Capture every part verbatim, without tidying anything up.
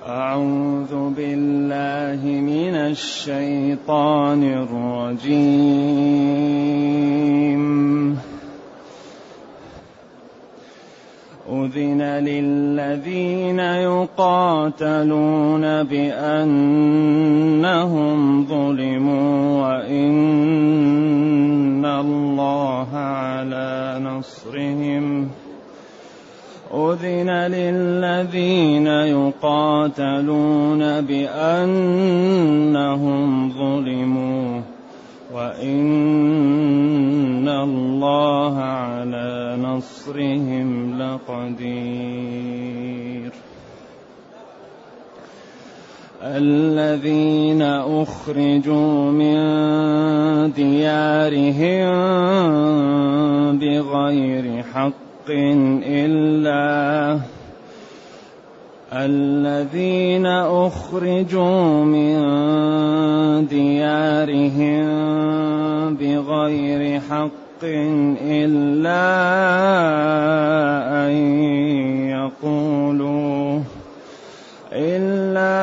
أعوذ بالله من الشيطان الرجيم. أذن للذين يقاتلون بأنهم ظلموا وإن الله على نصرهم أذن للذين يقاتلون بأنهم ظلموا وإن الله على نصرهم لقدير. الذين أخرجوا من ديارهم بغير حق إلا الذين أخرجوا من ديارهم بغير حق إلا أن يقولوا إلا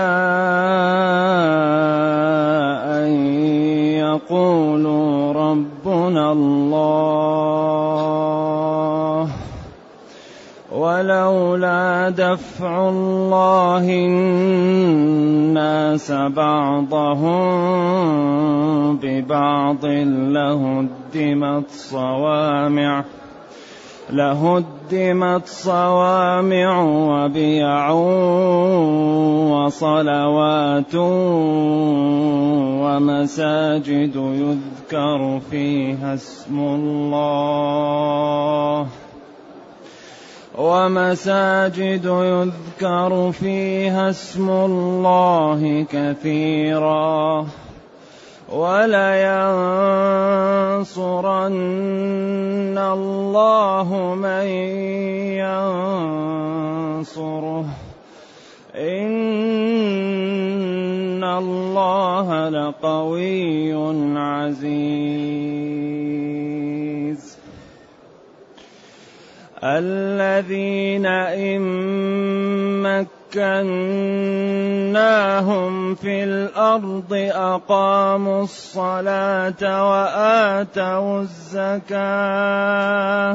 أن يقولوا ربنا الله ولولا دفع الله الناس بعضهم ببعض لهدمت صوامع لهدمت صوامع وبيع وصلوات ومساجد يذكر فيها اسم الله ومساجد يذكر فيها اسم الله كثيرا ولينصرن الله من ينصره إن الله لقوي عزيز. الذين إن مكناهم في الأرض أقاموا الصلاة وآتوا الزكاة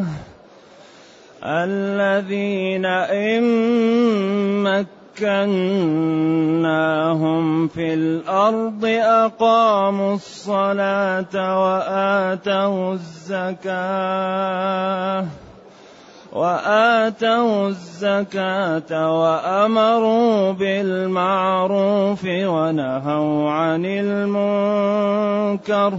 الذين إن مكناهم في الأرض أقاموا الصلاة وآتوا الزكاة وآتوا الزكاة وأمروا بالمعروف ونهوا عن المنكر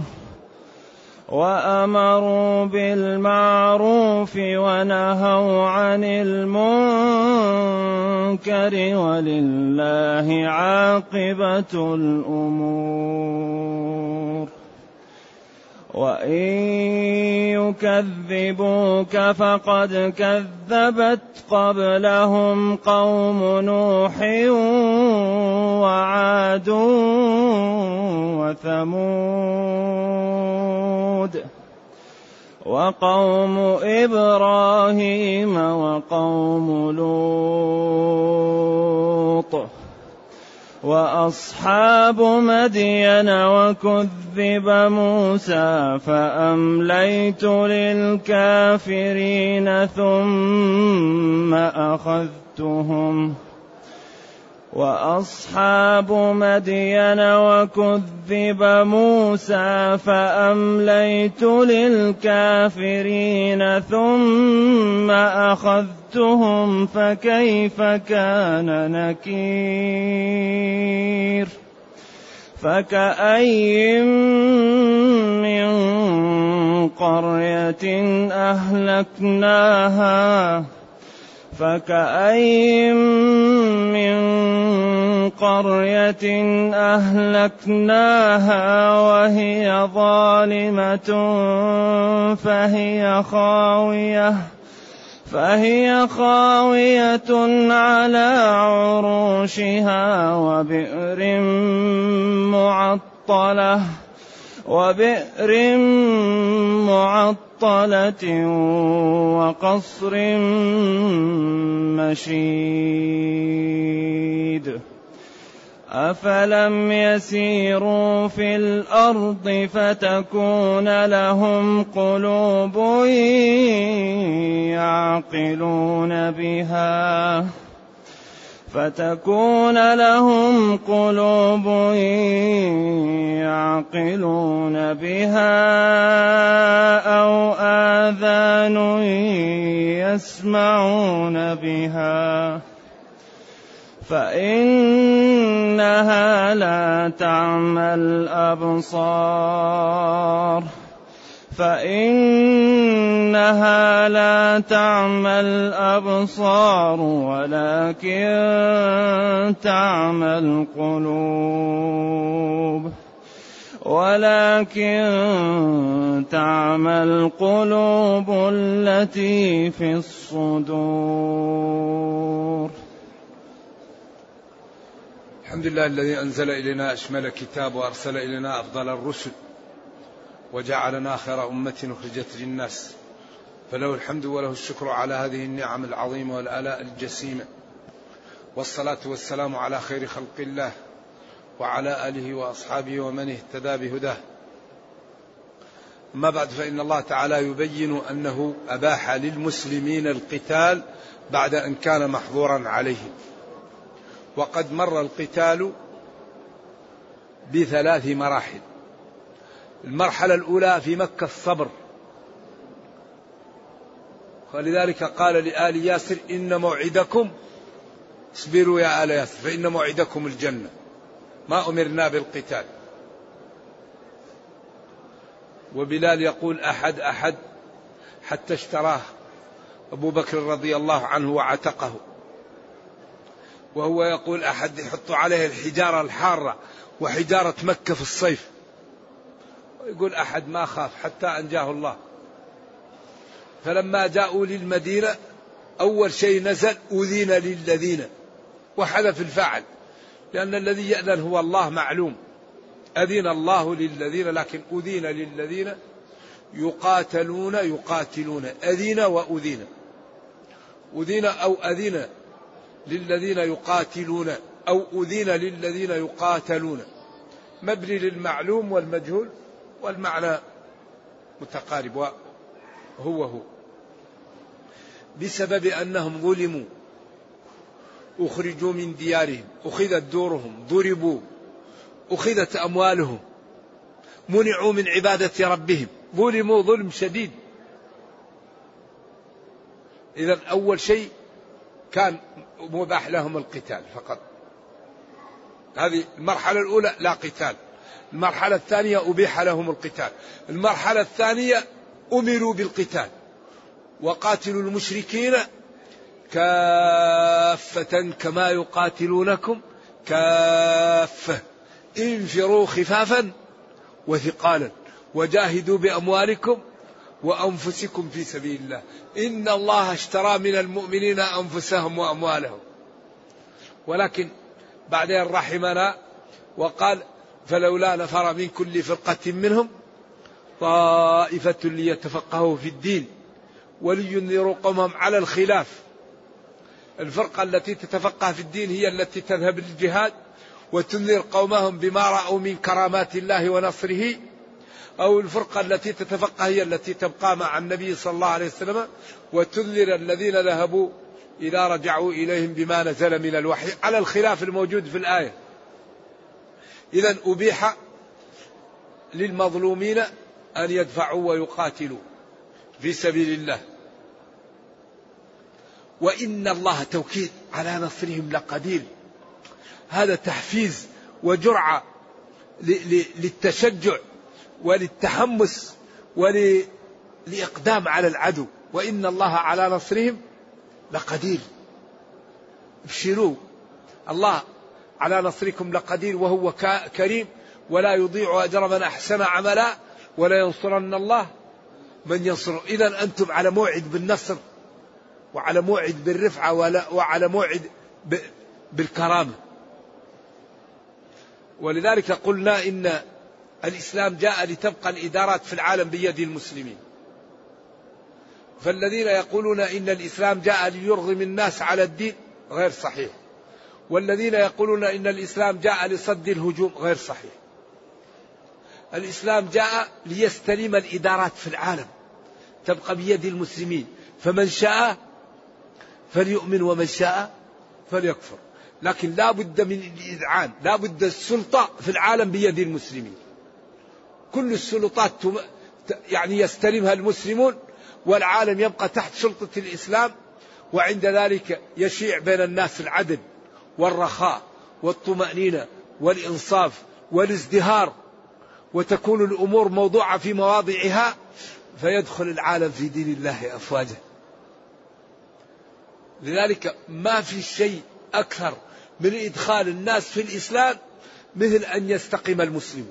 وأمروا بالمعروف ونهوا عن المنكر ولله عاقبة الأمور. وإن يكذبوك فقد كذبت قبلهم قوم نوح وعاد وثمود وقوم إبراهيم وقوم لوط وأصحاب مدين وكذب موسى فأمليت للكافرين ثم أخذتهم وأصحاب مدين وكذب موسى فأمليت للكافرين ثم أخذتهم فكيف كان نكير. فكأي من قرية أهلكناها فكأي من قرية أهلكناها وهي ظالمة فهي خاوية فهي خاوية على عروشها وبئر معطلة وبئر معطلة وقصر مشيد. أفلم يسيروا في الأرض فتكون لهم قلوب يعقلون بها فتكون لهم قلوب يعقلون بها أو آذان يسمعون بها فإنها لا تعمى الأبصار فإنها لا تعمى الأبصار ولكن تعمى القلوب ولكن تعمى القلوب التي في الصدور. الحمد لله الذي أنزل إلينا أشمل كتاب وأرسل إلينا أفضل الرسل وجعلنا خير أمة أخرجت للناس، فله الحمد وله الشكر على هذه النعم العظيمة والآلاء الجسيمة، والصلاة والسلام على خير خلق الله وعلى آله وأصحابه ومن اهتدى بهداه. أما بعد، فإن الله تعالى يبين أنه أباح للمسلمين القتال بعد أن كان محظورا عليهم، وقد مر القتال بثلاث مراحل. المرحلة الأولى في مكة الصبر، ولذلك قال لآل ياسر إن موعدكم اصبروا يا آل ياسر فإن موعدكم الجنة، ما أمرنا بالقتال. وبلال يقول أحد أحد حتى اشتراه أبو بكر رضي الله عنه وعتقه، وهو يقول أحد يحط عليه الحجارة الحارة وحجارة مكة في الصيف، يقول أحد ما خاف حتى أنجاه الله. فلما جاءوا للمدينة أول شيء نزل أذين للذين، وحذف الفاعل لأن الذي يأذن هو الله معلوم، أذن الله للذين، لكن أذين للذين يقاتلون يقاتلون أذين وأذين، أذين أو أذين للذين يقاتلون أو أذين للذين يقاتلون، مبني للمعلوم والمجهول والمعنى متقارب وهو هو. بسبب أنهم ظلموا أخرجوا من ديارهم، أخذت دورهم، ضربوا، أخذت أموالهم، منعوا من عبادة ربهم، ظلموا ظلم شديد. إذن أول شيء كان مباح لهم القتال فقط، هذه المرحلة الأولى لا قتال. المرحلة الثانية أبيح لهم القتال. المرحلة الثانية أمروا بالقتال، وقاتلوا المشركين كافة كما يقاتلونكم كافة، انفروا خفافا وثقالا وجاهدوا بأموالكم وأنفسكم في سبيل الله إن الله اشترى من المؤمنين أنفسهم وأموالهم. ولكن بعدين رحمنا وقال فلولا نفر من كل فرقة منهم طائفة ليتفقهوا في الدين ولينذروا قومهم على الخلاف. الفرقة التي تتفقه في الدين هي التي تذهب للجهاد وتنذر قومهم بما رأوا من كرامات الله ونصره، أو الفرقة التي تتفقه هي التي تبقى مع النبي صلى الله عليه وسلم وتنذر الذين ذهبوا إذا رجعوا إليهم بما نزل من الوحي، على الخلاف الموجود في الآية. إذن أبيح للمظلومين أن يدفعوا ويقاتلوا في سبيل الله، وإن الله توكيد على نصرهم لقدير. هذا تحفيز وجرعة للتشجع وللتحمس وللإقدام على العدو، وإن الله على نصرهم لقدير. ابشروا، الله على نصركم لقدير وهو كريم ولا يضيع أجر من أحسن عملا ولا ينصرن الله من ينصره. إذن أنتم على موعد بالنصر وعلى موعد بالرفعة وعلى موعد بالكرامة. ولذلك قلنا إن الإسلام جاء لتبقى الإدارات في العالم بيد المسلمين. فالذين يقولون إن الإسلام جاء ليرغم الناس على الدين غير صحيح، والذين يقولون إن الإسلام جاء لصد الهجوم غير صحيح. الإسلام جاء ليستلم الإدارات في العالم، تبقى بيد المسلمين، فمن شاء فليؤمن ومن شاء فليكفر، لكن لا بد من الإذعان، لا بد السلطة في العالم بيد المسلمين. كل السلطات يعني يستلمها المسلمون، والعالم يبقى تحت سلطة الإسلام، وعند ذلك يشيع بين الناس العدل والرخاء والطمأنينة والإنصاف والازدهار، وتكون الأمور موضوعة في مواضعها، فيدخل العالم في دين الله أفواجا. لذلك ما في شيء أكثر من إدخال الناس في الإسلام مثل أن يستقيم المسلمون.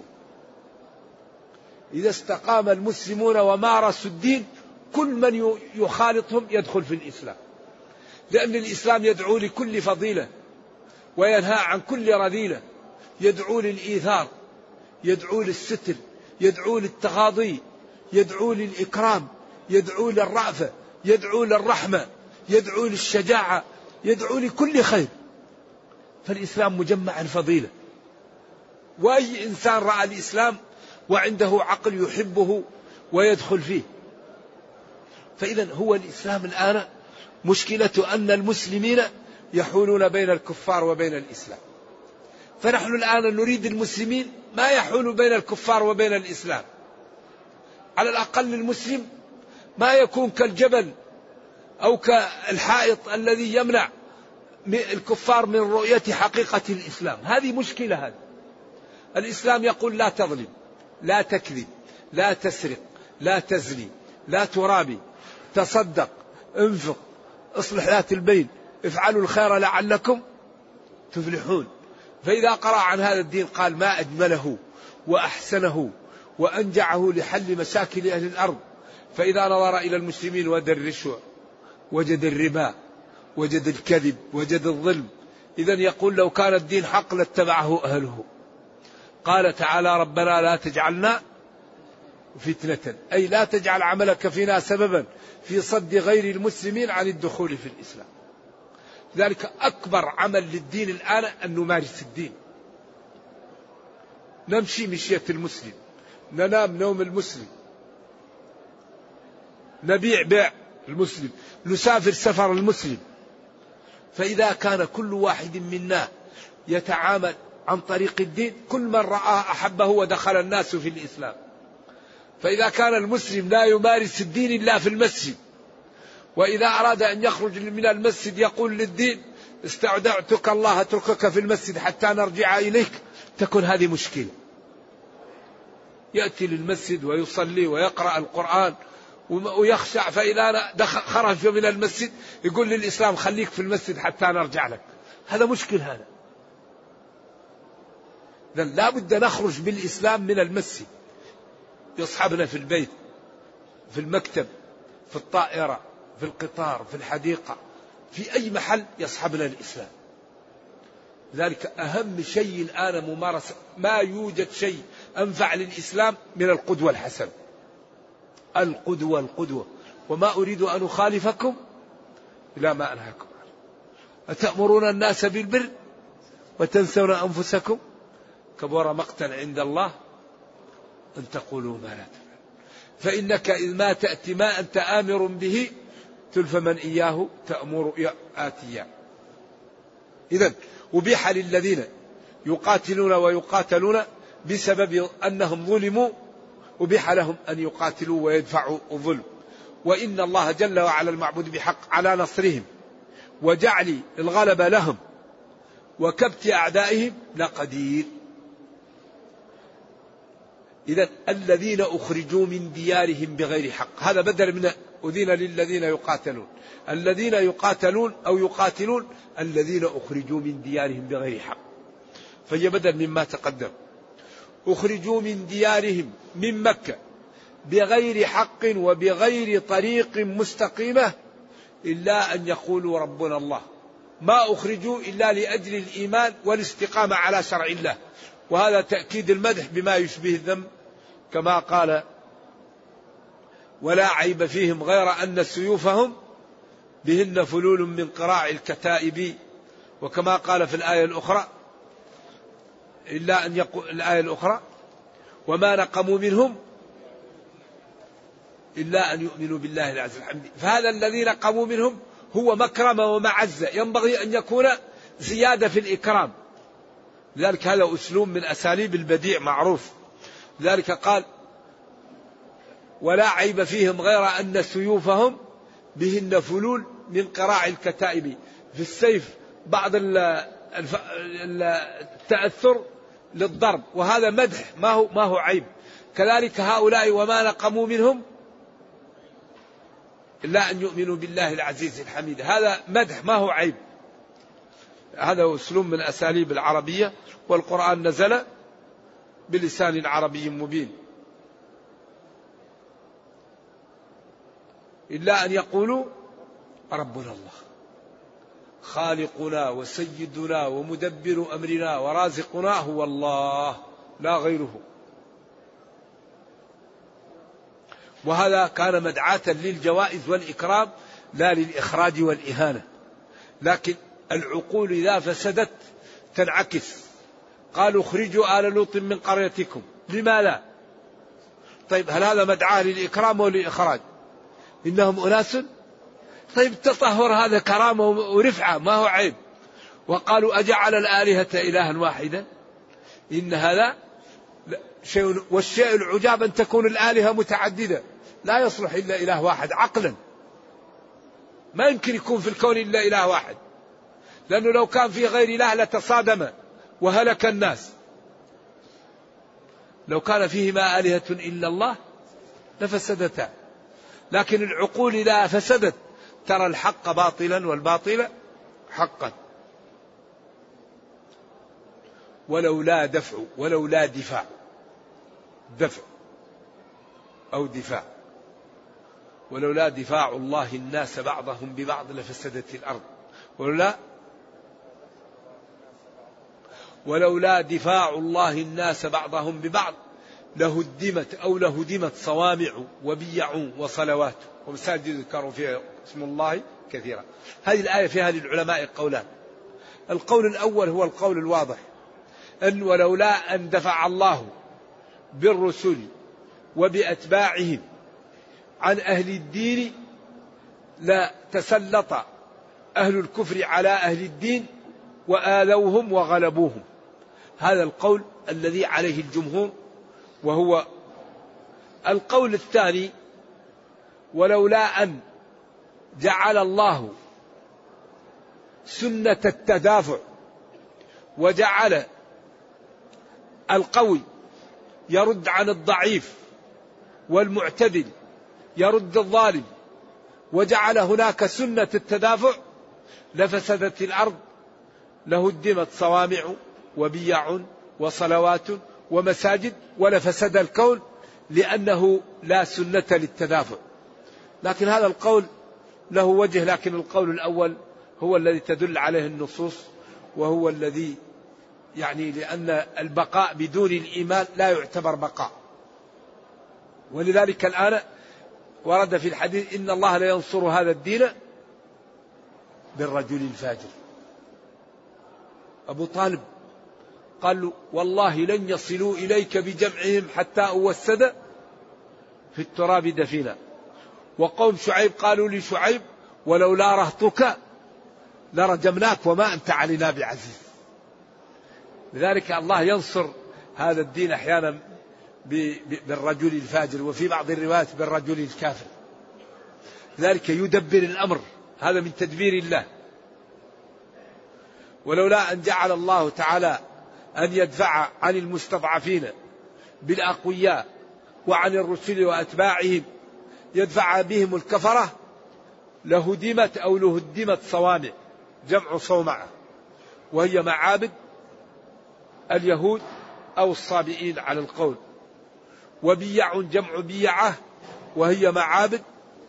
إذا استقام المسلمون ومارسوا الدين، كل من يخالطهم يدخل في الإسلام، لأن الإسلام يدعو لكل فضيلة وينهى عن كل رذيلة، يدعو للإيثار، يدعو للستر، يدعو للتغاضي، يدعو للإكرام، يدعو للرأفة، يدعو للرحمة، يدعو للشجاعة، يدعو لكل خير. فالإسلام مجمع الفضيلة، وأي إنسان رأى الإسلام وعنده عقل يحبه ويدخل فيه. فإذا هو الإسلام الآن مشكلة أن المسلمين يحولون بين الكفار وبين الإسلام، فنحن الآن نريد المسلمين ما يحول بين الكفار وبين الإسلام. على الأقل المسلم ما يكون كالجبل أو كالحائط الذي يمنع الكفار من رؤية حقيقة الإسلام. هذه مشكلة. هذه الإسلام يقول لا تظلم، لا تكذب، لا تسرق، لا تزني، لا ترابي، تصدق، انفق، اصلح ذات البين، افعلوا الخير لعلكم تفلحون. فإذا قرأ عن هذا الدين قال ما أجمله وأحسنه وأنجعه لحل مشاكل أهل الأرض. فإذا نظر إلى المسلمين وجد الرشوة، وجد الربا، وجد الكذب، وجد الظلم. إذا يقول لو كان الدين حق لاتبعه أهله. قال تعالى ربنا لا تجعلنا فتنة، أي لا تجعل عملك فينا سببا في صد غير المسلمين عن الدخول في الإسلام. ذلك أكبر عمل للدين الآن أن نمارس الدين، نمشي مشية المسلم، ننام نوم المسلم، نبيع بيع المسلم، نسافر سفر المسلم. فإذا كان كل واحد منا يتعامل عن طريق الدين، كل من رآه أحبه ودخل الناس في الإسلام. فإذا كان المسلم لا يمارس الدين إلا في المسجد، وإذا أراد أن يخرج من المسجد يقول للدين استودعتك الله أتركك في المسجد حتى نرجع إليك، تكون هذه مشكلة. يأتي للمسجد ويصلي ويقرأ القرآن ويخشع، فإذا خرج من المسجد يقول للإسلام خليك في المسجد حتى نرجع لك. هذا مشكل. هذا لا بد نخرج بالإسلام من المسجد، يصحبنا في البيت، في المكتب، في الطائرة، في القطار، في الحديقة، في أي محل يصحبنا الإسلام. ذلك أهم شيء الآن ممارسة. ما يوجد شيء أنفع للإسلام من القدوة الحسنة. القدوة القدوة وما أريد أن أخالفكم إلى ما أنهاكم عنه. أتأمرون الناس بالبر وتنسون أنفسكم كبر مقتا عند الله أن تقولوا ما لا تفعلون. فإنك إذ ما تأتي ما أنت آمر به تلف من إياه تأمر آتيا. إذن أبيح للذين يقاتلون ويقاتلون بسبب أنهم ظلموا، أبيح لهم أن يقاتلوا ويدفعوا الظلم. وإن الله جل وعلا المعبود بحق على نصرهم وجعل الغلبة لهم وكبت أعدائهم لقدير. إذن الذين أخرجوا من ديارهم بغير حق، هذا بدل من أذين للذين يقاتلون. الذين يقاتلون أو يقاتلون الذين أخرجوا من ديارهم بغير حق، فهي بدل مما تقدم. أخرجوا من ديارهم من مكة بغير حق وبغير طريق مستقيمة إلا أن يقولوا ربنا الله. ما أخرجوا إلا لأجل الإيمان والاستقامة على شرع الله، وهذا تأكيد المدح بما يشبه الذم، كما قال ولا عيب فيهم غير أن سيوفهم بهن فلول من قراع الكتائب وكما قال في الآية الأخرى إلا أن يقول الآية الأخرى وما نقموا منهم إلا أن يؤمنوا بالله العزيز الحميد. فهذا الذي نقموا منهم هو مكرمة ومعزة، ينبغي أن يكون زيادة في الإكرام. لذلك هذا أسلوب من أساليب البديع معروف. لذلك قال ولا عيب فيهم غير أن سيوفهم بهن فلول من قراع الكتائب. في السيف بعض التأثر للضرب، وهذا مدح ما هو ما هو عيب. كذلك هؤلاء وما نقموا منهم إلا أن يؤمنوا بالله العزيز الحميد، هذا مدح ما هو عيب. هذا أسلوب من أساليب العربية، والقرآن نزل بلسان عربي مبين. إلا أن يقولوا ربنا الله خالقنا وسيدنا ومدبر أمرنا ورازقنا هو الله لا غيره. وهذا كان مدعاة للجوائز والإكرام لا للإخراج والإهانة. لكن العقول إذا فسدت تنعكس. قالوا اخرجوا آل لوط من قريتكم، لما لا؟ طيب هل هذا مدعاة للإكرام وللإخراج؟ إنهم أناس. طيب التطهر هذا كرامة ورفعة ما هو عيب. وقالوا أجعل الآلهة إلها واحدا إن هذا شيء. والشيء العجاب أن تكون الآلهة متعددة، لا يصلح إلا إله واحد عقلا. ما يمكن يكون في الكون إلا إله واحد، لأنه لو كان في غير إله لتصادم وهلك الناس. لو كان فيهما آلهة إلا الله لفسدتا. لكن العقول إذا فسدت ترى الحق باطلا والباطل حقا. ولولا دفع ولولا دفاع دفع أو دفاع ولولا دفاع الله الناس بعضهم ببعض لفسدت الأرض. ولولا ولولا دفاع الله الناس بعضهم ببعض لهدمت أو لهدمت صوامع وبيع وصلوات ومساجد يذكر فيها اسم الله كثيرا. هذه الآية فيها للعلماء قولان. القول الأول هو القول الواضح، أن ولولا أن دفع الله بالرسل وبأتباعهم عن أهل الدين لتسلط أهل الكفر على أهل الدين وآذوهم وغلبوهم. هذا القول الذي عليه الجمهور. وهو القول الثاني ولولا أن جعل الله سنة التدافع وجعل القوي يرد عن الضعيف والمعتدل يرد الظالم، وجعل هناك سنة التدافع لفسدت الأرض لهدمت صوامع وبيع وصلوات ومساجد ولفسد الكون، لأنه لا سنة للتدافع. لكن هذا القول له وجه، لكن القول الأول هو الذي تدل عليه النصوص، وهو الذي يعني لأن البقاء بدون الإيمان لا يعتبر بقاء. ولذلك الآن ورد في الحديث إن الله لا ينصر هذا الدين بالرجل الفاجر. أبو طالب قال له والله لن يصلوا إليك بجمعهم حتى أوسد في التراب دفينا. وقوم شعيب قالوا لشعيب ولولا رهطك لرجمناك وما أنت علينا بعزيز. لذلك الله ينصر هذا الدين أحيانا بالرجل الفاجر، وفي بعض الروايات بالرجل الكافر. ذلك يدبر الأمر، هذا من تدبير الله. ولولا أن جعل الله تعالى أن يدفع عن المستضعفين بالأقوياء وعن الرسل وأتباعهم يدفع بهم الكفرة لهدمت أو لهدمت صوامع، جمع صومعة، وهي معابد اليهود أو الصابئين على القول. وبيع جمع بيعة وهي معابد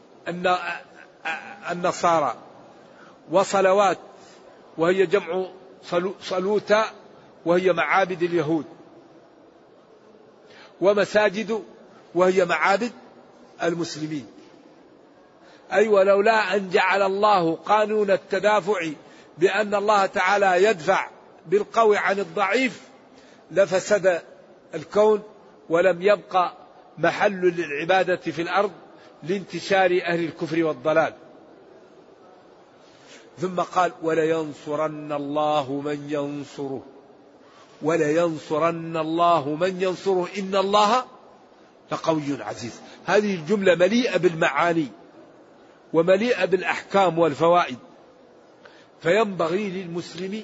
النصارى. وصلوات وهي جمع صلوتا وهي معابد اليهود. ومساجد وهي معابد المسلمين. أي ولولا أن جعل الله قانون التدافع بأن الله تعالى يدفع بالقوي عن الضعيف لفسد الكون ولم يبقى محل للعبادة في الأرض لانتشار أهل الكفر والضلال. ثم قال ولينصرن الله من ينصره ولينصرن الله من ينصره إن الله لقوي عزيز. هذه الجملة مليئة بالمعاني ومليئة بالأحكام والفوائد، فينبغي للمسلم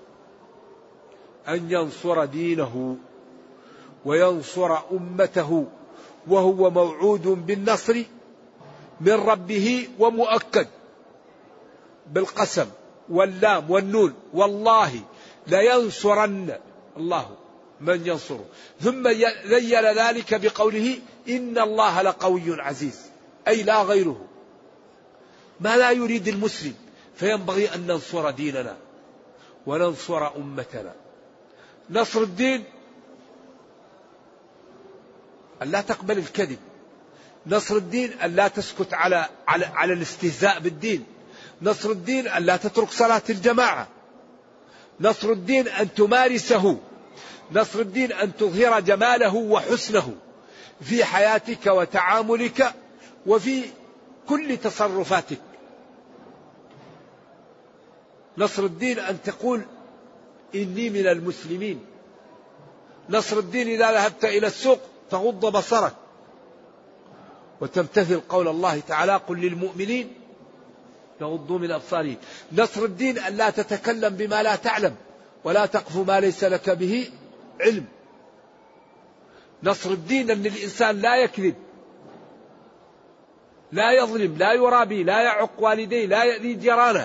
أن ينصر دينه وينصر أمته، وهو موعود بالنصر من ربه ومؤكد بالقسم واللام والنون، والله لينصرن الله من ينصره. ثم ذيل ذلك بقوله إن الله لقوي عزيز، أي لا غيره. ما لا يريد المسلم؟ فينبغي أن ننصر ديننا وننصر أمتنا. نصر الدين أن لا تقبل الكذب، نصر الدين أن لا تسكت على, على, على الاستهزاء بالدين، نصر الدين أن لا تترك صلاة الجماعة، نصر الدين أن تمارسه، نصر الدين أن تظهر جماله وحسنه في حياتك وتعاملك وفي كل تصرفاتك. نصر الدين أن تقول إني من المسلمين. نصر الدين إذا ذهبت إلى السوق تغض بصرك وتمتثل قول الله تعالى قل للمؤمنين يغضوا من أبصارهم. نصر الدين أن لا تتكلم بما لا تعلم ولا تقف ما ليس لك به علم. نصر الدين أن الإنسان لا يكذب، لا يظلم، لا يرابي، لا يعق والديه، لا يأذي جيرانه،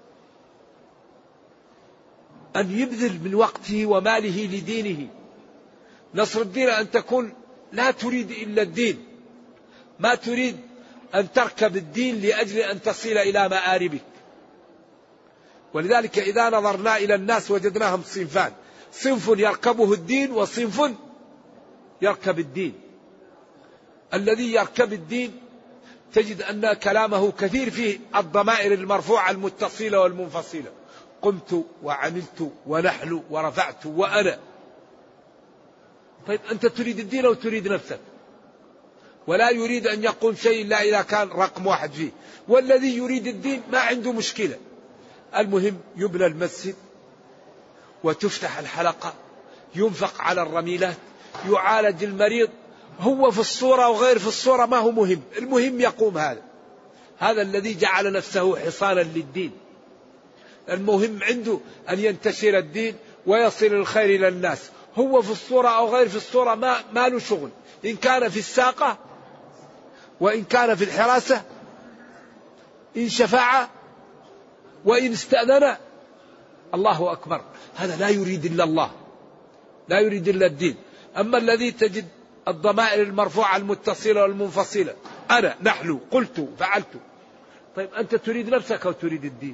أن يبذل من وقته وماله لدينه. نصر الدين أن تكون لا تريد إلا الدين، ما تريد أن تركب الدين لأجل أن تصل إلى مآربك. ولذلك إذا نظرنا إلى الناس وجدناهم صنفان، صنف يركبه الدين وصنف يركب الدين. الذي يركب الدين تجد أن كلامه كثير فيه الضمائر المرفوعة المتصلة والمنفصلة، قمت وعملت ونحن ورفعت وأنا. طيب أنت تريد الدين أو تريد نفسك؟ ولا يريد أن يقول شيء إلا إذا كان رقم واحد فيه. والذي يريد الدين ما عنده مشكلة، المهم يبنى المسجد وتفتح الحلقة، ينفق على الرميلات، يعالج المريض، هو في الصورة وغير في الصورة ما هو مهم، المهم يقوم. هذا هذا الذي جعل نفسه حصانا للدين. المهم عنده أن ينتشر الدين ويصل الخير إلى الناس، هو في الصورة أو غير في الصورة ما, ما له شغل، إن كان في الساقة وإن كان في الحراسة، إن شفاعة وإن استأذن، الله أكبر. هذا لا يريد إلا الله، لا يريد إلا الدين. أما الذي تجد الضمائر المرفوعة المتصلة والمنفصلة، أنا، نحن، قلت، فعلت. طيب أنت تريد نفسك أو تريد الدين؟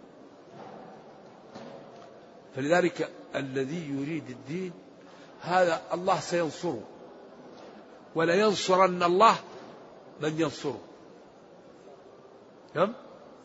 فلذلك الذي يريد الدين هذا الله سينصره، ولا ينصرن الله من ينصره. نعم.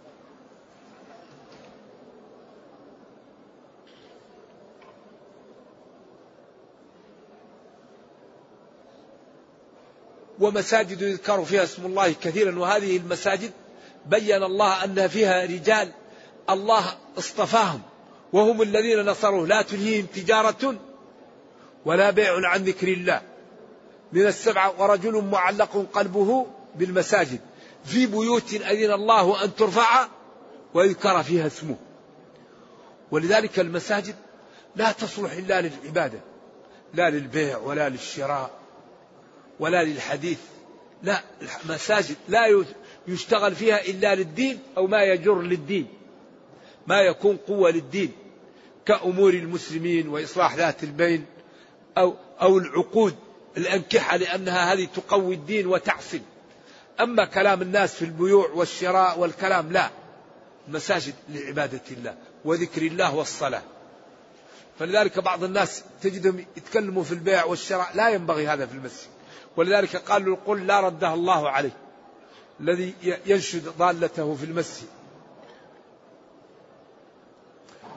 ومساجد يذكر فيها اسم الله كثيرا، وهذه المساجد بين الله أن فيها رجال الله اصطفاهم وهم الذين نصروه، لا تلهيهم تجارة ولا بيع عن ذكر الله من السبعة، ورجل معلق قلبه بالمساجد في بيوت أذن الله أن ترفع ويذكر فيها اسمه. ولذلك المساجد لا تصلح إلا للعبادة، لا للبيع ولا للشراء ولا للحديث. لا، المساجد لا يشتغل فيها إلا للدين أو ما يجر للدين، ما يكون قوة للدين كأمور المسلمين وإصلاح ذات البين أو, أو العقود الأنكحة، لأنها هذه تقوي الدين وتعصم. أما كلام الناس في البيوع والشراء والكلام لا، المساجد لعبادة الله وذكر الله والصلاة. فلذلك بعض الناس تجدهم يتكلموا في البيع والشراء، لا ينبغي هذا في المسجد. ولذلك قالوا قل لا ردها الله عليه الذي ينشد ضالته في المسجد.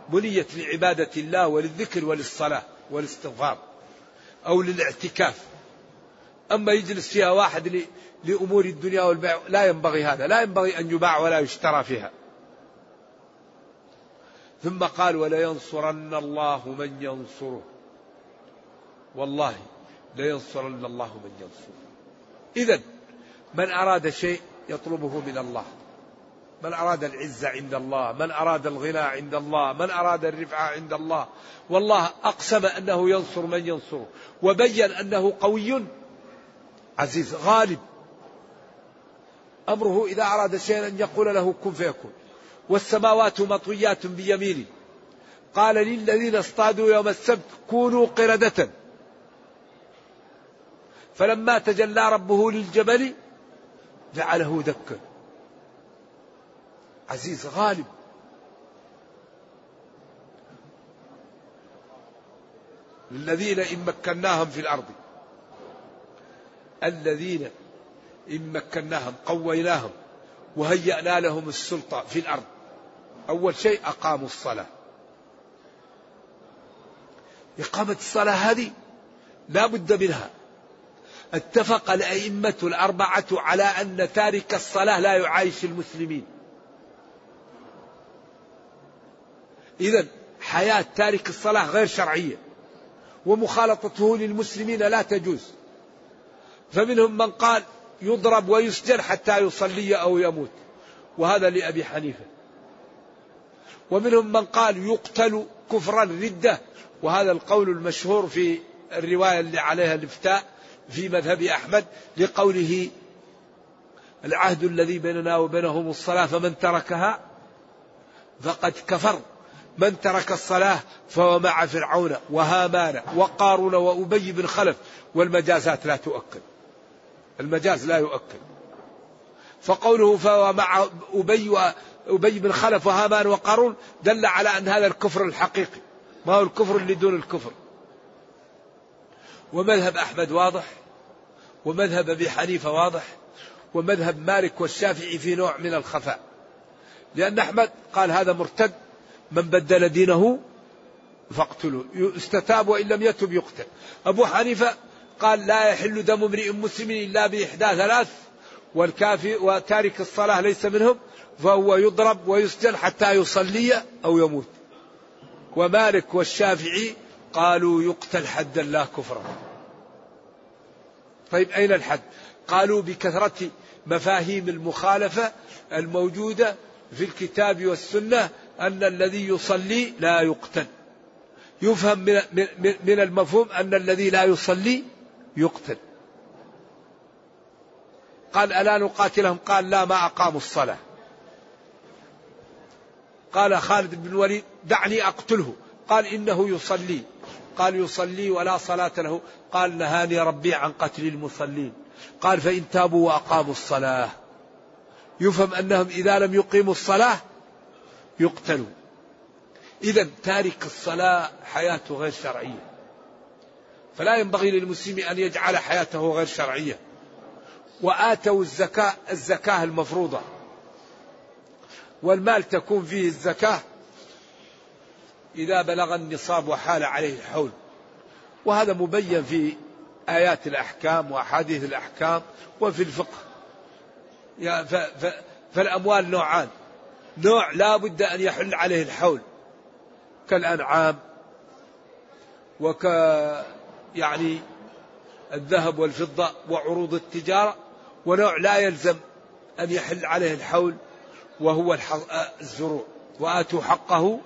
بنيت لعبادة الله وللذكر وللصلاة والاستغفار أو للاعتكاف. أما يجلس فيها واحد لأمور الدنيا والبيع لا ينبغي هذا، لا ينبغي أن يباع ولا يشترى فيها. ثم قال ولينصرن الله من ينصره، والله لينصرن الله من ينصره. إذن من أراد شيء يطلبه من الله، من أراد العزة عند الله، من أراد الغنى عند الله، من أراد الرفعة عند الله، والله أقسم أنه ينصر من ينصره، وبين أنه قوي عزيز غالب. أمره إذا أراد شيئا أن يقول له كن فيكون. والسماوات مطويات بيمينه، قال للذين اصطادوا يوم السبت كونوا قردة، فلما تجلى ربه للجبل جعله دكا. عزيز غالب. الذين إن مكناهم في الأرض، الذين إن مكناهم قويناهم وهيأنا لهم السلطة في الأرض. أول شيء أقاموا الصلاة. إقامة الصلاة هذه لا بد منها. اتفق الأئمة الأربعة على أن تارك الصلاة لا يعايش المسلمين. إذن حياة تارك الصلاة غير شرعية، ومخالطته للمسلمين لا تجوز. فمنهم من قال يضرب ويسجن حتى يصلي أو يموت، وهذا لأبي حنيفة. ومنهم من قال يقتل كفرا ردة، وهذا القول المشهور في الرواية اللي عليها الافتاء في مذهب أحمد، لقوله العهد الذي بيننا وبينهم الصلاة فمن تركها فقد كفر. من ترك الصلاة فهو مع فرعون وهامان وقارون وأبي بن خلف. والمجازات لا تؤكد، المجاز لا يؤكد. فقوله فهو مع أبي وأبي بن خلف وهامان وقارون دل على أن هذا الكفر الحقيقي، ما هو الكفر اللي دون الكفر. ومذهب أحمد واضح، ومذهب أبي حنيفة واضح، ومذهب مالك والشافعي في نوع من الخفاء. لأن أحمد قال هذا مرتد، من بدل دينه فاقتلوا، استتاب وإن لم يتب يقتل. أبو حنيفة قال لا يحل دم امرئ مسلم إلا بإحدى ثلاث، والكافر وتارك الصلاة ليس منهم، فهو يضرب ويسجن حتى يصلي أو يموت. ومالك والشافعي قالوا يقتل حدا لا كفرا. طيب أين الحد؟ قالوا بكثرة مفاهيم المخالفة الموجودة في الكتاب والسنة أن الذي يصلي لا يقتل. يفهم من من المفهوم أن الذي لا يصلي يقتل. قال ألا نقاتلهم؟ قال لا، ما أقاموا الصلاة. قال خالد بن الوليد دعني أقتله، قال إنه يصلي. قال يصلي ولا صلاة له. قال نهاني ربي عن قتل المصلين. قال فإن تابوا وأقاموا الصلاة. يفهم أنهم إذا لم يقيموا الصلاة يقتلوا. إذا تارك الصلاة حياته غير شرعية، فلا ينبغي للمسلم أن يجعل حياته غير شرعية. وآتوا الزكاة الزكاة المفروضة، والمال تكون فيه الزكاة إذا بلغ النصاب وحال عليه الحول. وهذا مبين في آيات الأحكام وأحاديث الأحكام وفي الفقه. فالأموال نوعان: نوع لا بد أن يحل عليه الحول كالأنعام وك يعني الذهب والفضة وعروض التجارة، ونوع لا يلزم أن يحل عليه الحول وهو الزروع. وآتوا حقه.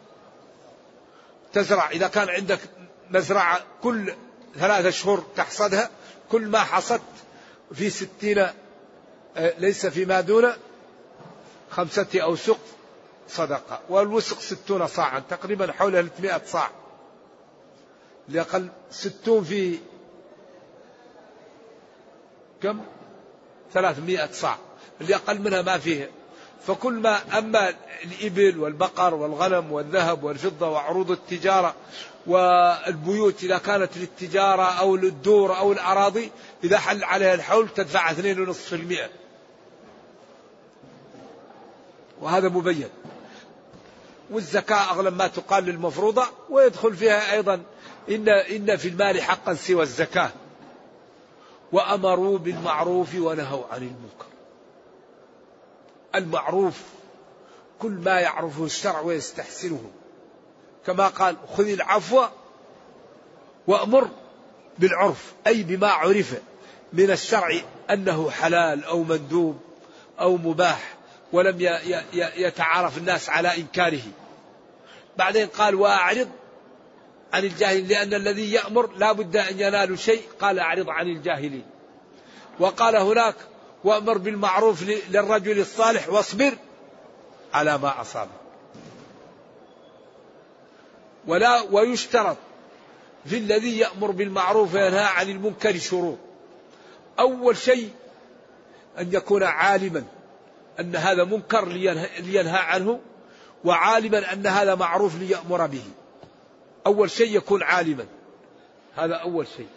تزرع إذا كان عندك مزرعة كل ثلاثة شهور تحصدها، كل ما حصدت في ستين ليس فيما دون خمسة أوسق صدقة، والوسق ستون صاعا، تقريبا حول ثلاثمائة صاع. لأقل ستون في كم؟ ثلاثمائة صاع، اللي أقل منها ما فيه. فكل ما أما الإبل والبقر والغنم والذهب والفضة وعروض التجارة والبيوت إذا كانت للتجارة أو للدور أو الأراضي، إذا حل عليها الحول تدفع اثنين ونصف المئة، وهذا مبين. والزكاة أغلب ما تقال للمفروضة، ويدخل فيها أيضا إن, إن في المال حقا سوى الزكاة. وأمروا بالمعروف ونهوا عن المنكر. المعروف كل ما يعرفه الشرع ويستحسنه، كما قال خذ العفو وأمر بالعرف، أي بما عرف من الشرع أنه حلال أو مندوب أو مباح ولم يتعارف الناس على إنكاره. بعدين قال وأعرض عن الجاهلين، لأن الذي يأمر لا بد أن ينالوا شيء، قال أعرض عن الجاهلين. وقال هناك وأمر بالمعروف للرجل الصالح واصبر على ما أصابه. ولا ويشترط في الذي يأمر بالمعروف وينهى عن المنكر شروط. أول شيء أن يكون عالما أن هذا منكر لينهى عنه، وعالما أن هذا معروف ليأمر به. أول شيء يكون عالما، هذا أول شيء.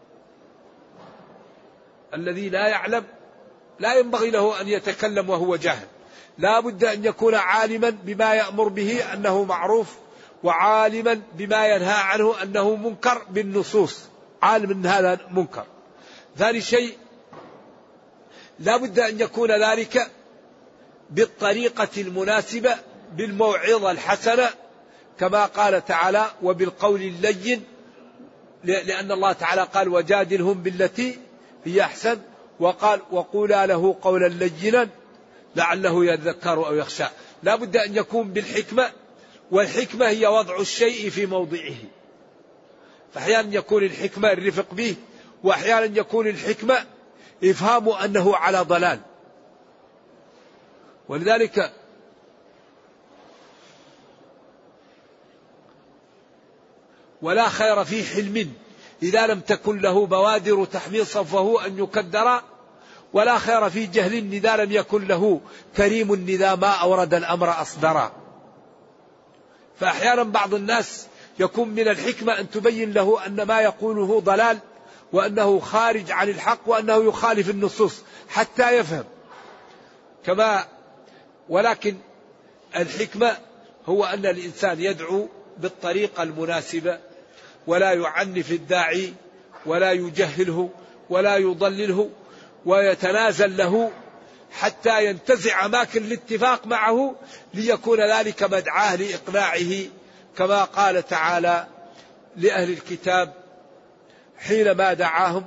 الذي لا يعلم لا ينبغي له أن يتكلم وهو جاهل، لا بد أن يكون عالما بما يأمر به أنه معروف، وعالما بما ينهى عنه أنه منكر بالنصوص، عالم أن هذا منكر. ثاني شيء لا بد أن يكون ذلك بالطريقة المناسبة بالموعظة الحسنة، كما قال تعالى وبالقول اللين، لأن الله تعالى قال وجادلهم بالتي هي أحسن، وقال وقولا له قولا لينا لعله يذكر أو يخشى. لا بد أن يكون بالحكمة، والحكمة هي وضع الشيء في موضعه. فأحيانا يكون الحكمة الرفق به، وأحيانا يكون الحكمة إفهام أنه على ضلال. ولذلك ولا خير في حلم إذا لم تكن له بوادر تحميل صفه أن يكدر، ولا خير في جهل إذا لم يكن له كريم إذا ما أورد الأمر أصدرا. فأحيانا بعض الناس يكون من الحكمة أن تبين له أن ما يقوله ضلال، وأنه خارج عن الحق، وأنه يخالف النصوص حتى يفهم. كما ولكن الحكمة هو أن الإنسان يدعو بالطريقة المناسبة، ولا يعنف الداعي ولا يجهله ولا يضلله، ويتنازل له حتى ينتزع أماكن الاتفاق معه، ليكون ذلك مدعاه لإقناعه، كما قال تعالى لأهل الكتاب حينما دعاهم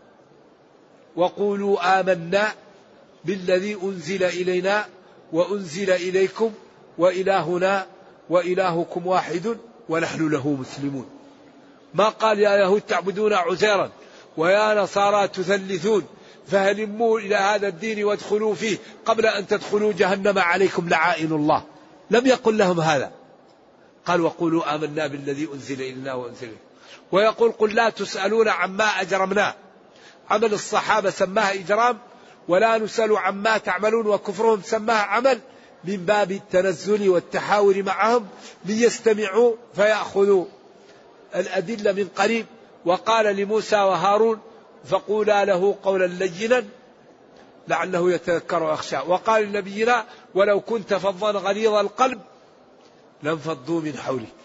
وقولوا آمنا بالذي أنزل إلينا وأنزل إليكم وإلهنا وإلهكم واحد ونحن له مسلمون. ما قال يا يهود تعبدون عزيرا ويا نصارى تثلثون فهلموا إلى هذا الدين وادخلوا فيه قبل أن تدخلوا جهنم عليكم لعائن الله. لم يقل لهم هذا، قال وقولوا آمنا بالذي أنزل إلينا وأنزل إليكم. ويقول قل لا تسألون عما أجرمنا. عمل الصحابة سماها إجرام، ولا نسأل عما تعملون، وكفرهم سماها عمل، من باب التنزل والتحاور معهم ليستمعوا فيأخذوا الأدلة من قريب. وقال لموسى وهارون فقولا له قولا لينا لعله يتذكر ويخشى. وقال لنبينا ولو كنت فظا غليظ القلب لانفضوا من حولك.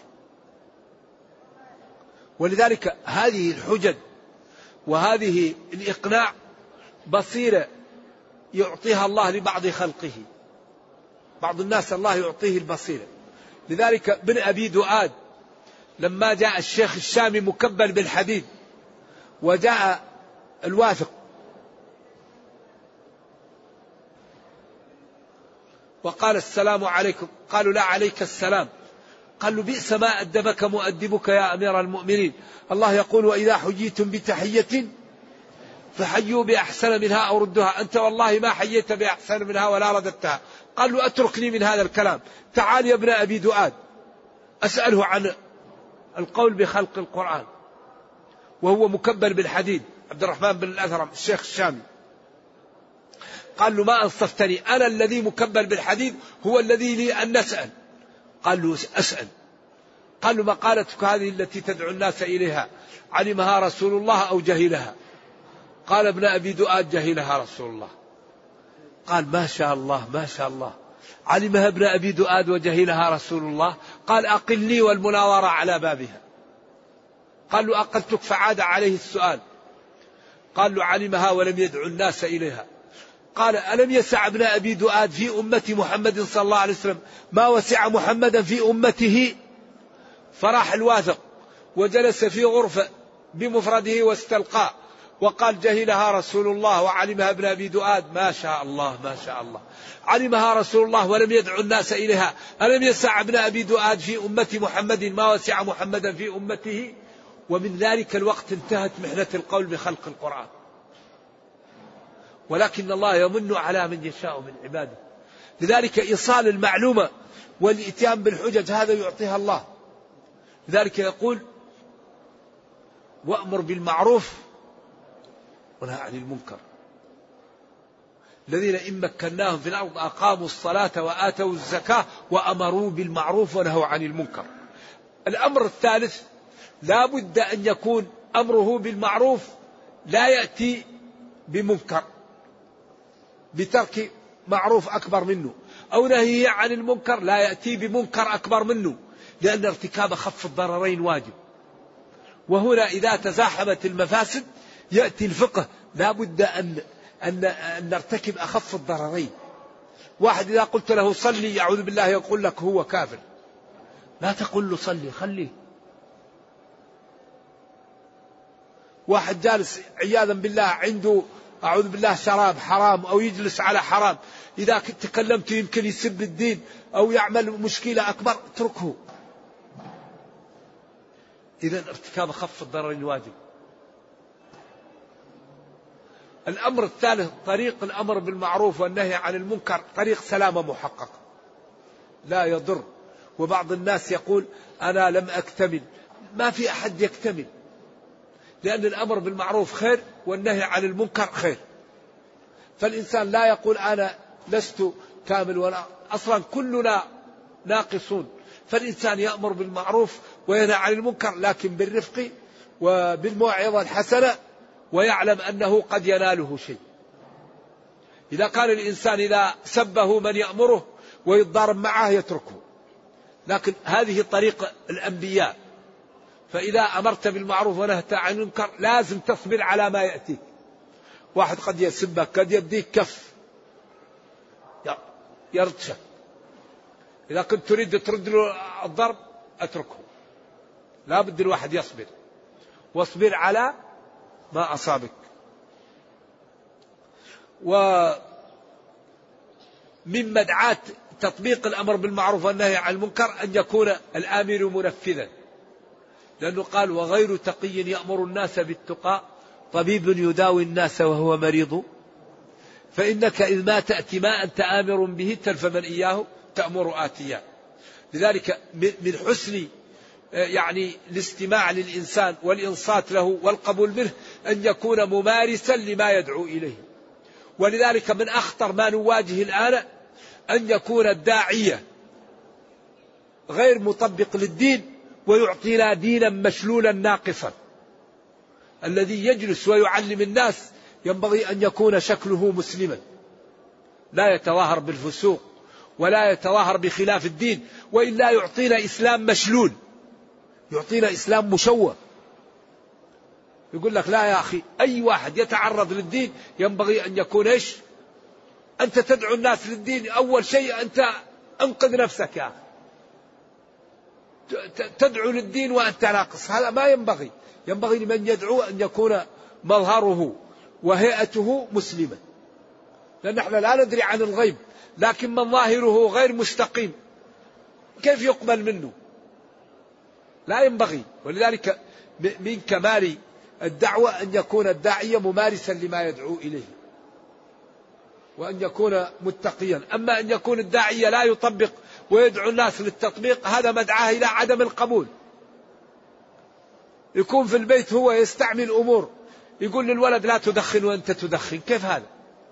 ولذلك هذه الحجج وهذه الإقناع بصيرة يعطيها الله لبعض خلقه. بعض الناس الله يعطيه البصيرة. لذلك ابن أبي دؤاد لما جاء الشيخ الشامي مكبل بالحديد، وجاء الواثق وقال السلام عليكم، قالوا لا عليك السلام. قالوا بئس ما أدبك مؤدبك يا أمير المؤمنين، الله يقول وإذا حييتم بتحية فحيوا بأحسن منها أو ردها، أنت والله ما حييت بأحسن منها ولا رددتها. قالوا أتركني من هذا الكلام، تعال يا ابن أبي دؤاد أسأله عن القول بخلق القرآن، وهو مكبل بالحديد. عبد الرحمن بن الأثرم الشيخ الشامي قال له ما أنصفتني، أنا الذي مكبل بالحديد هو الذي لي أن نسأل. قال له أسأل. قال له مقالتك هذه التي تدعو الناس إليها علمها رسول الله أو جهلها؟ قال ابن أبي دؤاد جهلها رسول الله. قال ما شاء الله ما شاء الله، علمها ابن أبي دؤاد وجهلها رسول الله؟ قال أقلني والمناظرة على بابها. قال له أقلتك فعاد عليه السؤال. قال له علمها ولم يدعو الناس إليها. قال ألم يسع ابن أبي دؤاد في أمة محمد صلى الله عليه وسلم ما وسع محمدا في أمته؟ فراح الواثق وجلس في غرفة بمفرده واستلقى وقال جهلها رسول الله وعلمها ابن أبي دؤاد. ما شاء الله ما شاء الله، علمها رسول الله ولم يدعو الناس إليها. ألم يسع ابن أبي دؤاد في أمة محمد ما وسع محمدا في أمته؟ ومن ذلك الوقت انتهت محنة القول بخلق القرآن. ولكن الله يمن على من يشاء من عباده. لذلك إيصال المعلومة والإتيان بالحجج هذا يعطيها الله. لذلك يقول وأمر بالمعروف ونهى عن المنكر. الذين إن مكناهم في الأرض أقاموا الصلاة وآتوا الزكاة وأمروا بالمعروف ونهوا عن المنكر. الأمر الثالث لا بد أن يكون أمره بالمعروف لا يأتي بمنكر بترك معروف أكبر منه، أو نهيه عن المنكر لا يأتي بمنكر أكبر منه، لأن ارتكاب خف الضررين واجب. وهنا إذا تزاحمت المفاسد يأتي الفقه لا بد أن, أن, أن نرتكب أخف الضررين. واحد إذا قلت له صلي يعوذ بالله يقول لك هو كافر، لا تقول له صلي خليه. واحد جالس عياذا بالله عنده أعوذ بالله شراب حرام أو يجلس على حرام، إذا كنت تكلمت يمكن يسب الدين أو يعمل مشكلة أكبر اتركه. إذا ارتكاب خف الضرر واجب. الأمر الثالث طريق الأمر بالمعروف والنهي عن المنكر طريق سلامة محقق لا يضر. وبعض الناس يقول أنا لم أكتمل. ما في أحد يكتمل، لأن الأمر بالمعروف خير والنهي عن المنكر خير. فالإنسان لا يقول أنا لست كامل، ولا أصلا كلنا ناقصون. فالإنسان يأمر بالمعروف وينهى عن المنكر لكن بالرفق وبالموعظة الحسنة، ويعلم أنه قد يناله شيء. إذا كان الإنسان إذا سبه من يأمره ويتضارب معه يتركه، لكن هذه طريق الأنبياء. فإذا أمرت بالمعروف ونهت عن المنكر لازم تصبر على ما يأتيك. واحد قد يسبك قد يديك كف يرتشك، إذا كنت تريد ترد له الضرب أتركه. لا بد الواحد يصبر، واصبر على ما أصابك. ومن مدعاة تطبيق الأمر بالمعروف والنهي عن المنكر أن يكون الآمر منفذا، لأنه قال وغير تقي يأمر الناس بالتقى طبيب يداوي الناس وهو مريض، فإنك إذ ما تأتي ما أنت آمر به تلف من إياه تأمر آتيا. لذلك من حسن يعني الاستماع للإنسان والإنصات له والقبول منه أن يكون ممارسا لما يدعو إليه. ولذلك من أخطر ما نواجه الآن أن يكون الداعية غير مطبق للدين ويعطينا دينا مشلولا ناقصا. الذي يجلس ويعلم الناس ينبغي أن يكون شكله مسلما، لا يتظاهر بالفسوق ولا يتظاهر بخلاف الدين، وإلا يعطينا إسلام مشلول، يعطينا إسلام مشوه. يقول لك لا يا أخي، أي واحد يتعرض للدين ينبغي أن يكون إيش؟ أنت تدعو الناس للدين، أول شيء أنت أنقذ نفسك يا أخي. تدعو للدين وأنت ناقص، هذا ما ينبغي. ينبغي لمن يدعو أن يكون مظهره وهيئته مسلمة، لأن نحن لا ندري عن الغيب، لكن من ظاهره غير مستقيم كيف يقبل منه؟ لا ينبغي. ولذلك من كمال الدعوة أن يكون الداعية ممارسا لما يدعو إليه، وأن يكون متقيا. أما أن يكون الداعية لا يطبق ويدعو الناس للتطبيق، هذا مدعاه إلى عدم القبول. يكون في البيت هو يستعمل أمور، يقول للولد لا تدخن وأنت تدخن، كيف هذا؟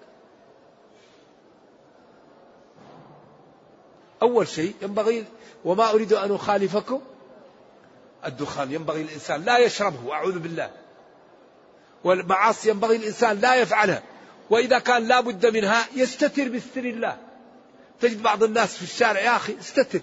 أول شيء ينبغي وما أريد أن أخالفكم الدخان، ينبغي الإنسان لا يشربه أعوذ بالله. والمعاصي ينبغي الإنسان لا يفعلها، وإذا كان لا بد منها يستتر بستر الله. تجد بعض الناس في الشارع يا أخي استتر،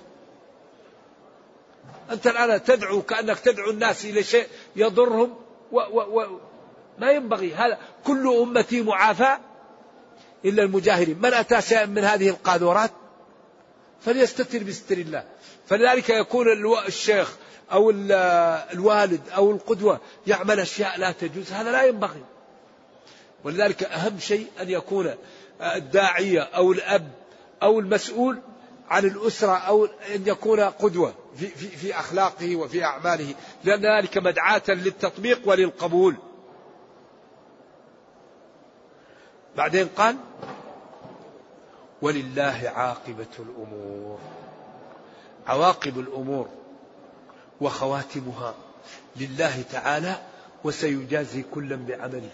أنت الآن تدعو كأنك تدعو الناس إلى شيء يضرهم و و و ما ينبغي هذا. كل أمتي معافى إلا المجاهرين. من أتى شيئا من هذه القاذورات فليستتر بستر الله. فلذلك يكون الشيخ أو الوالد أو القدوة يعمل أشياء لا تجوز، هذا لا ينبغي. ولذلك أهم شيء أن يكون الداعية أو الأب أو المسؤول عن الأسرة أو أن يكون قدوة في, في, في أخلاقه وفي أعماله، لأن ذلك مدعاة للتطبيق وللقبول. بعدين قال ولله عاقبة الأمور. عواقب الأمور وخواتمها لله تعالى، وسيجازي كلا بعمله.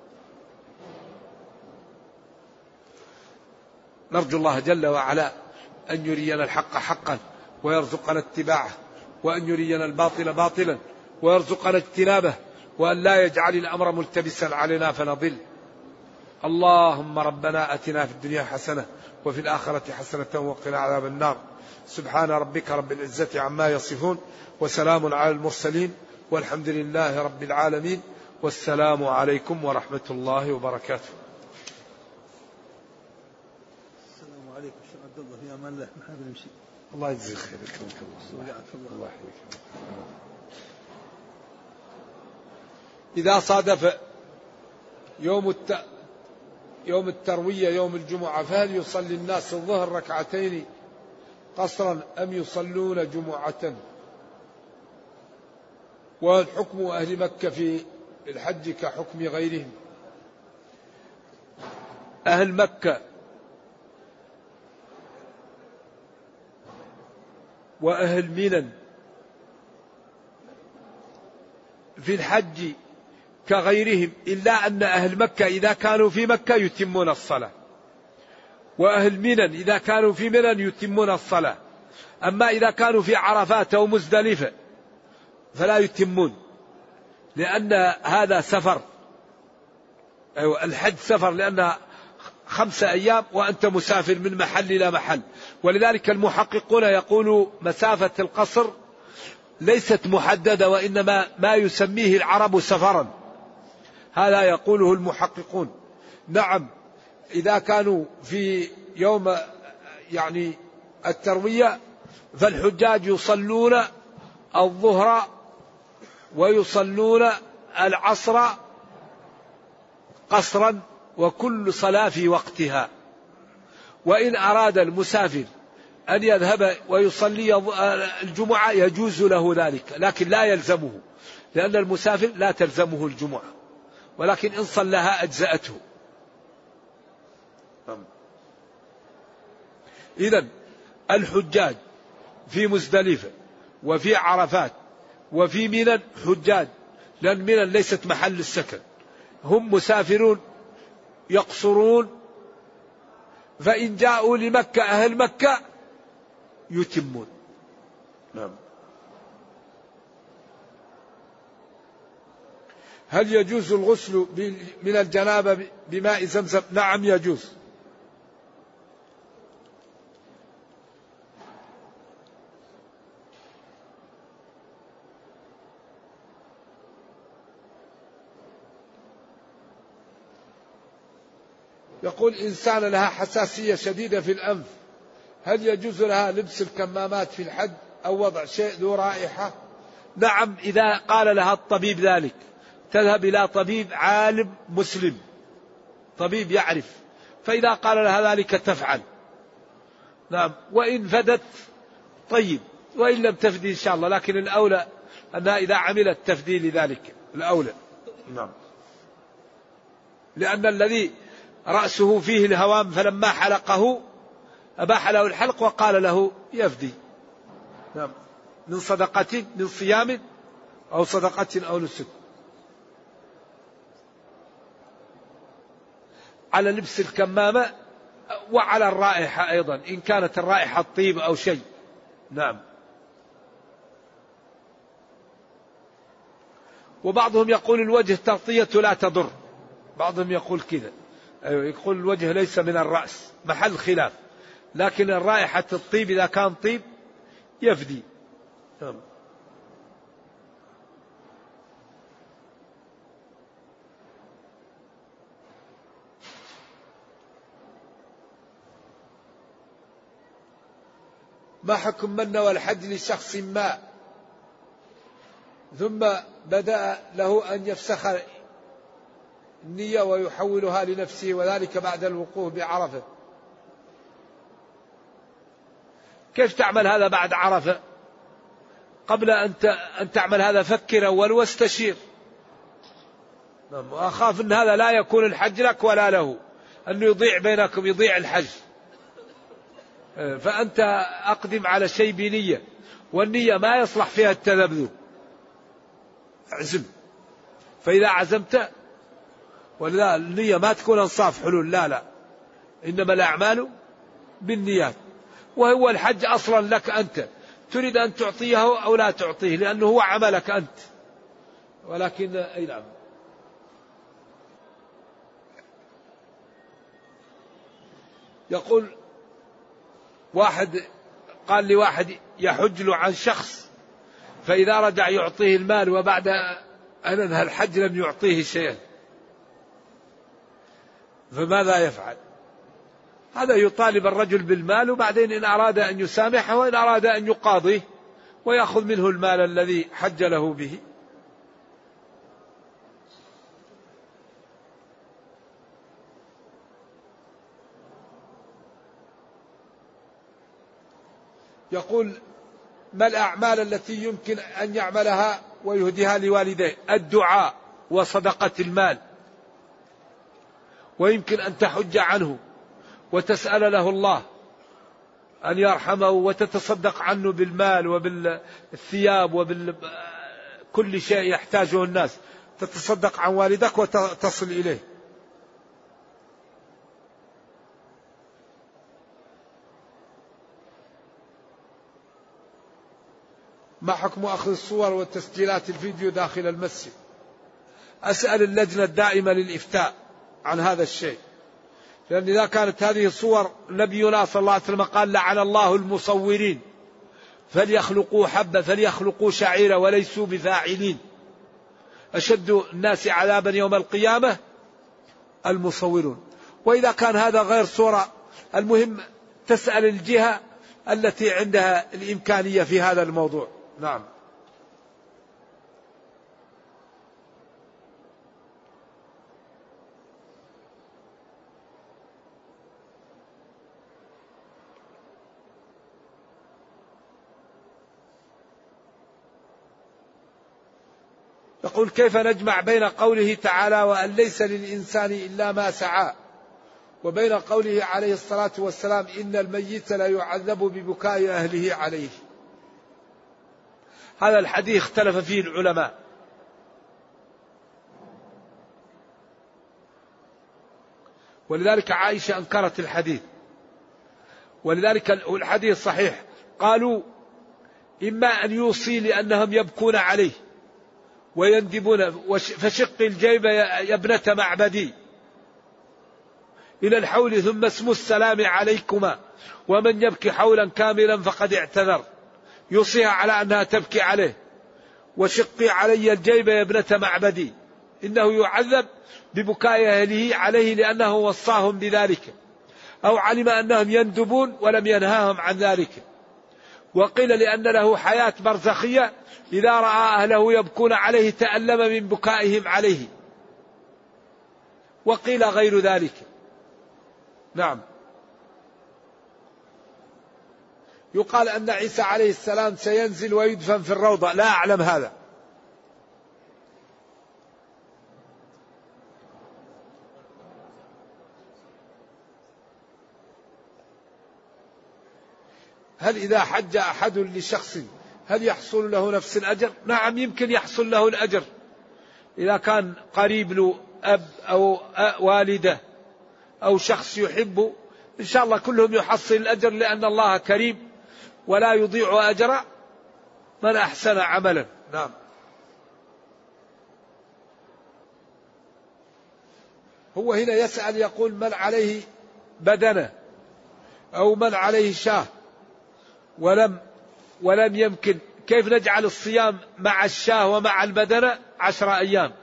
نرجو الله جل وعلا أن يرينا الحق حقا ويرزقنا اتباعه، وأن يرينا الباطل باطلا ويرزقنا اجتنابه، وأن لا يجعل الأمر ملتبسا علينا فنضل. اللهم ربنا أتنا في الدنيا حسنة وفي الآخرة حسنة وقنا عذاب النار. سبحان ربك رب العزة عما يصفون، وسلام على المرسلين، والحمد لله رب العالمين، والسلام عليكم ورحمة الله وبركاته. السلام عليكم شيخ عبد الله، في امان الله. نحن نمشي. الله يجزيك خير. الله يحييك. إذا صادف يوم الت... يوم التروية يوم الجمعة، فهل يصلي الناس الظهر ركعتين قصرا أم يصلون جمعة؟ والحكم أهل مكة في الحج كحكم غيرهم؟ أهل مكة وأهل منى في الحج كغيرهم، إلا أن أهل مكة إذا كانوا في مكة يتمون الصلاة، وأهل منى إذا كانوا في منى يتمون الصلاة. أما إذا كانوا في عرفات أو مزدلفة فلا يتمون، لأن هذا سفر. أيوة الحج سفر، لأن خمسة أيام وأنت مسافر من محل إلى محل. ولذلك المحققون يقولوا مسافة القصر ليست محددة، وإنما ما يسميه العرب سفرا، هذا يقوله المحققون. نعم إذا كانوا في يوم يعني التروية فالحجاج يصلون الظهر ويصلون العصر قصرا، وكل صلاة في وقتها. وإن أراد المسافر أن يذهب ويصلي الجمعة يجوز له ذلك، لكن لا يلزمه، لأن المسافر لا تلزمه الجمعة، ولكن إن صلىها أجزأته. إذن الحجاج في مزدلفة وفي عرفات وفي منى حجاج، لأن منى ليست محل السكن، هم مسافرون يقصرون. فإن جاءوا لمكة أهل مكة يتمون. نعم. هل يجوز الغسل من الجنابة بماء زمزم؟ نعم يجوز. يقول إنسان لها حساسية شديدة في الأنف، هل يجوز لها لبس الكمامات في الحج أو وضع شيء ذو رائحة؟ نعم إذا قال لها الطبيب ذلك، تذهب إلى طبيب عالم مسلم، طبيب يعرف، فإذا قال لها ذلك تفعل. نعم. وإن فدت طيب، وإن لم تفدي إن شاء الله، لكن الأولى أنها إذا عملت تفدي لذلك الأولى. نعم. لأن الذي رأسه فيه الهوام فلما حلقه أباح له الحلق وقال له يفدي. نعم. من صدقة من صيام أو صدقة أو نسك. على لبس الكمامة وعلى الرائحة أيضا إن كانت الرائحة طيب أو شيء. نعم. وبعضهم يقول الوجه تغطية لا تضر، بعضهم يقول كذا، أيوة يقول الوجه ليس من الرأس، محل خلاف. لكن الرائحة الطيب إذا كان طيب يفدي. نعم. ما حكم من نوى الحج لشخص ما ثم بدأ له أن يفسخ النية ويحولها لنفسه وذلك بعد الوقوف بعرفة؟ كيف تعمل هذا بعد عرفة؟ قبل أن تعمل هذا فكر أول واستشير. وأخاف أن هذا لا يكون الحج لك ولا له، أنه يضيع بينكم، يضيع الحج. فأنت أقدم على شيء بنية، والنية ما يصلح فيها التذبذب. اعزم، فإذا عزمت، ولا النية ما تكون أنصاف حلول، لا لا، إنما الأعمال بالنيات. وهو الحج أصلا لك أنت، تريد أن تعطيه أو لا تعطيه، لأنه هو عملك أنت. ولكن أي نعم. يقول واحد قال لي واحد يحج له عن شخص، فإذا رجع يعطيه المال وبعد أن انهى الحج لم يعطيه شيئا، فماذا يفعل؟ هذا يطالب الرجل بالمال، وبعدين إن أراد أن يسامحه وإن أراد أن يقاضيه ويأخذ منه المال الذي حج له به. يقول ما الأعمال التي يمكن أن يعملها ويهديها لوالديه؟ الدعاء وصدقة المال، ويمكن أن تحج عنه وتسأل له الله أن يرحمه وتتصدق عنه بالمال وبالثياب وبكل شيء يحتاجه الناس، تتصدق عن والدك وتصل إليه. ما حكم أخذ الصور وتسجيلات الفيديو داخل المسجد؟ أسأل اللجنة الدائمة للإفتاء عن هذا الشيء، لأن إذا كانت هذه الصور، نبينا صلى الله عليه وسلم قال لعن الله المصورين فليخلقوا حبة فليخلقوا شعيرة وليسوا بفاعلين. أشد الناس عذابا يوم القيامة المصورون. وإذا كان هذا غير صورة، المهم تسأل الجهة التي عندها الإمكانية في هذا الموضوع. نعم. يقول كيف نجمع بين قوله تعالى وأن ليس للإنسان إلا ما سعى، وبين قوله عليه الصلاة والسلام إن الميت لا يعذب ببكاء أهله عليه؟ هذا الحديث اختلف فيه العلماء، ولذلك عائشة أنكرت الحديث، ولذلك الحديث صحيح. قالوا إما أن يوصي لأنهم يبكون عليه ويندبون، فشق الجيب يا ابنة معبدي إلى الحول ثم اسم السلام عليكما، ومن يبكي حولا كاملا فقد اعتذر. يوصيها على أنها تبكي عليه، وشقي علي الجيب يا ابنة معبدي، إنه يعذب ببكاء أهله عليه لأنه وصاهم بذلك، أو علم أنهم يندبون ولم ينهاهم عن ذلك. وقيل لأن له حياة برزخية، إذا رأى أهله يبكون عليه تألم من بكائهم عليه. وقيل غير ذلك. نعم. يقال أن عيسى عليه السلام سينزل ويدفن في الروضة، لا أعلم هذا. هل إذا حج أحد لشخص هل يحصل له نفس الأجر؟ نعم، يمكن يحصل له الأجر إذا كان قريب له أب أو والدة أو شخص يحبه، إن شاء الله كلهم يحصل الأجر، لأن الله كريم ولا يضيع أجر من أحسن عملا. نعم. هو هنا يسأل يقول من عليه بدنه أو من عليه شاه ولم ولم يمكن، كيف نجعل الصيام مع الشاه ومع البدنة عشر أيام؟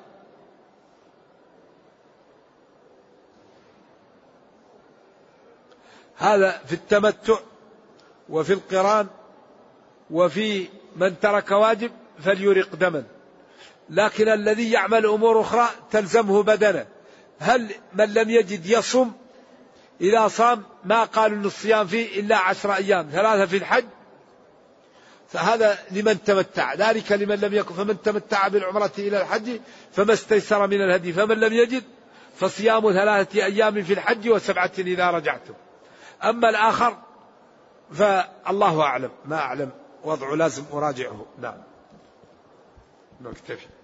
هذا في التمتع وفي القران، وفي من ترك واجب فليرق دما. لكن الذي يعمل أمور أخرى تلزمه بدنه، هل من لم يجد يصوم؟ إذا صام ما قالوا أن الصيام فيه إلا عشر أيام، ثلاثة في الحج، فهذا لمن تمتع، ذلك لمن لم يكن، فمن تمتع بالعمرة إلى الحج فما استيسر من الهدي، فمن لم يجد فصيام ثلاثة أيام في الحج وسبعة إذا رجعتم. أما الآخر فالله أعلم، ما أعلم وضعه، لازم أراجعه. نعم نكتفي.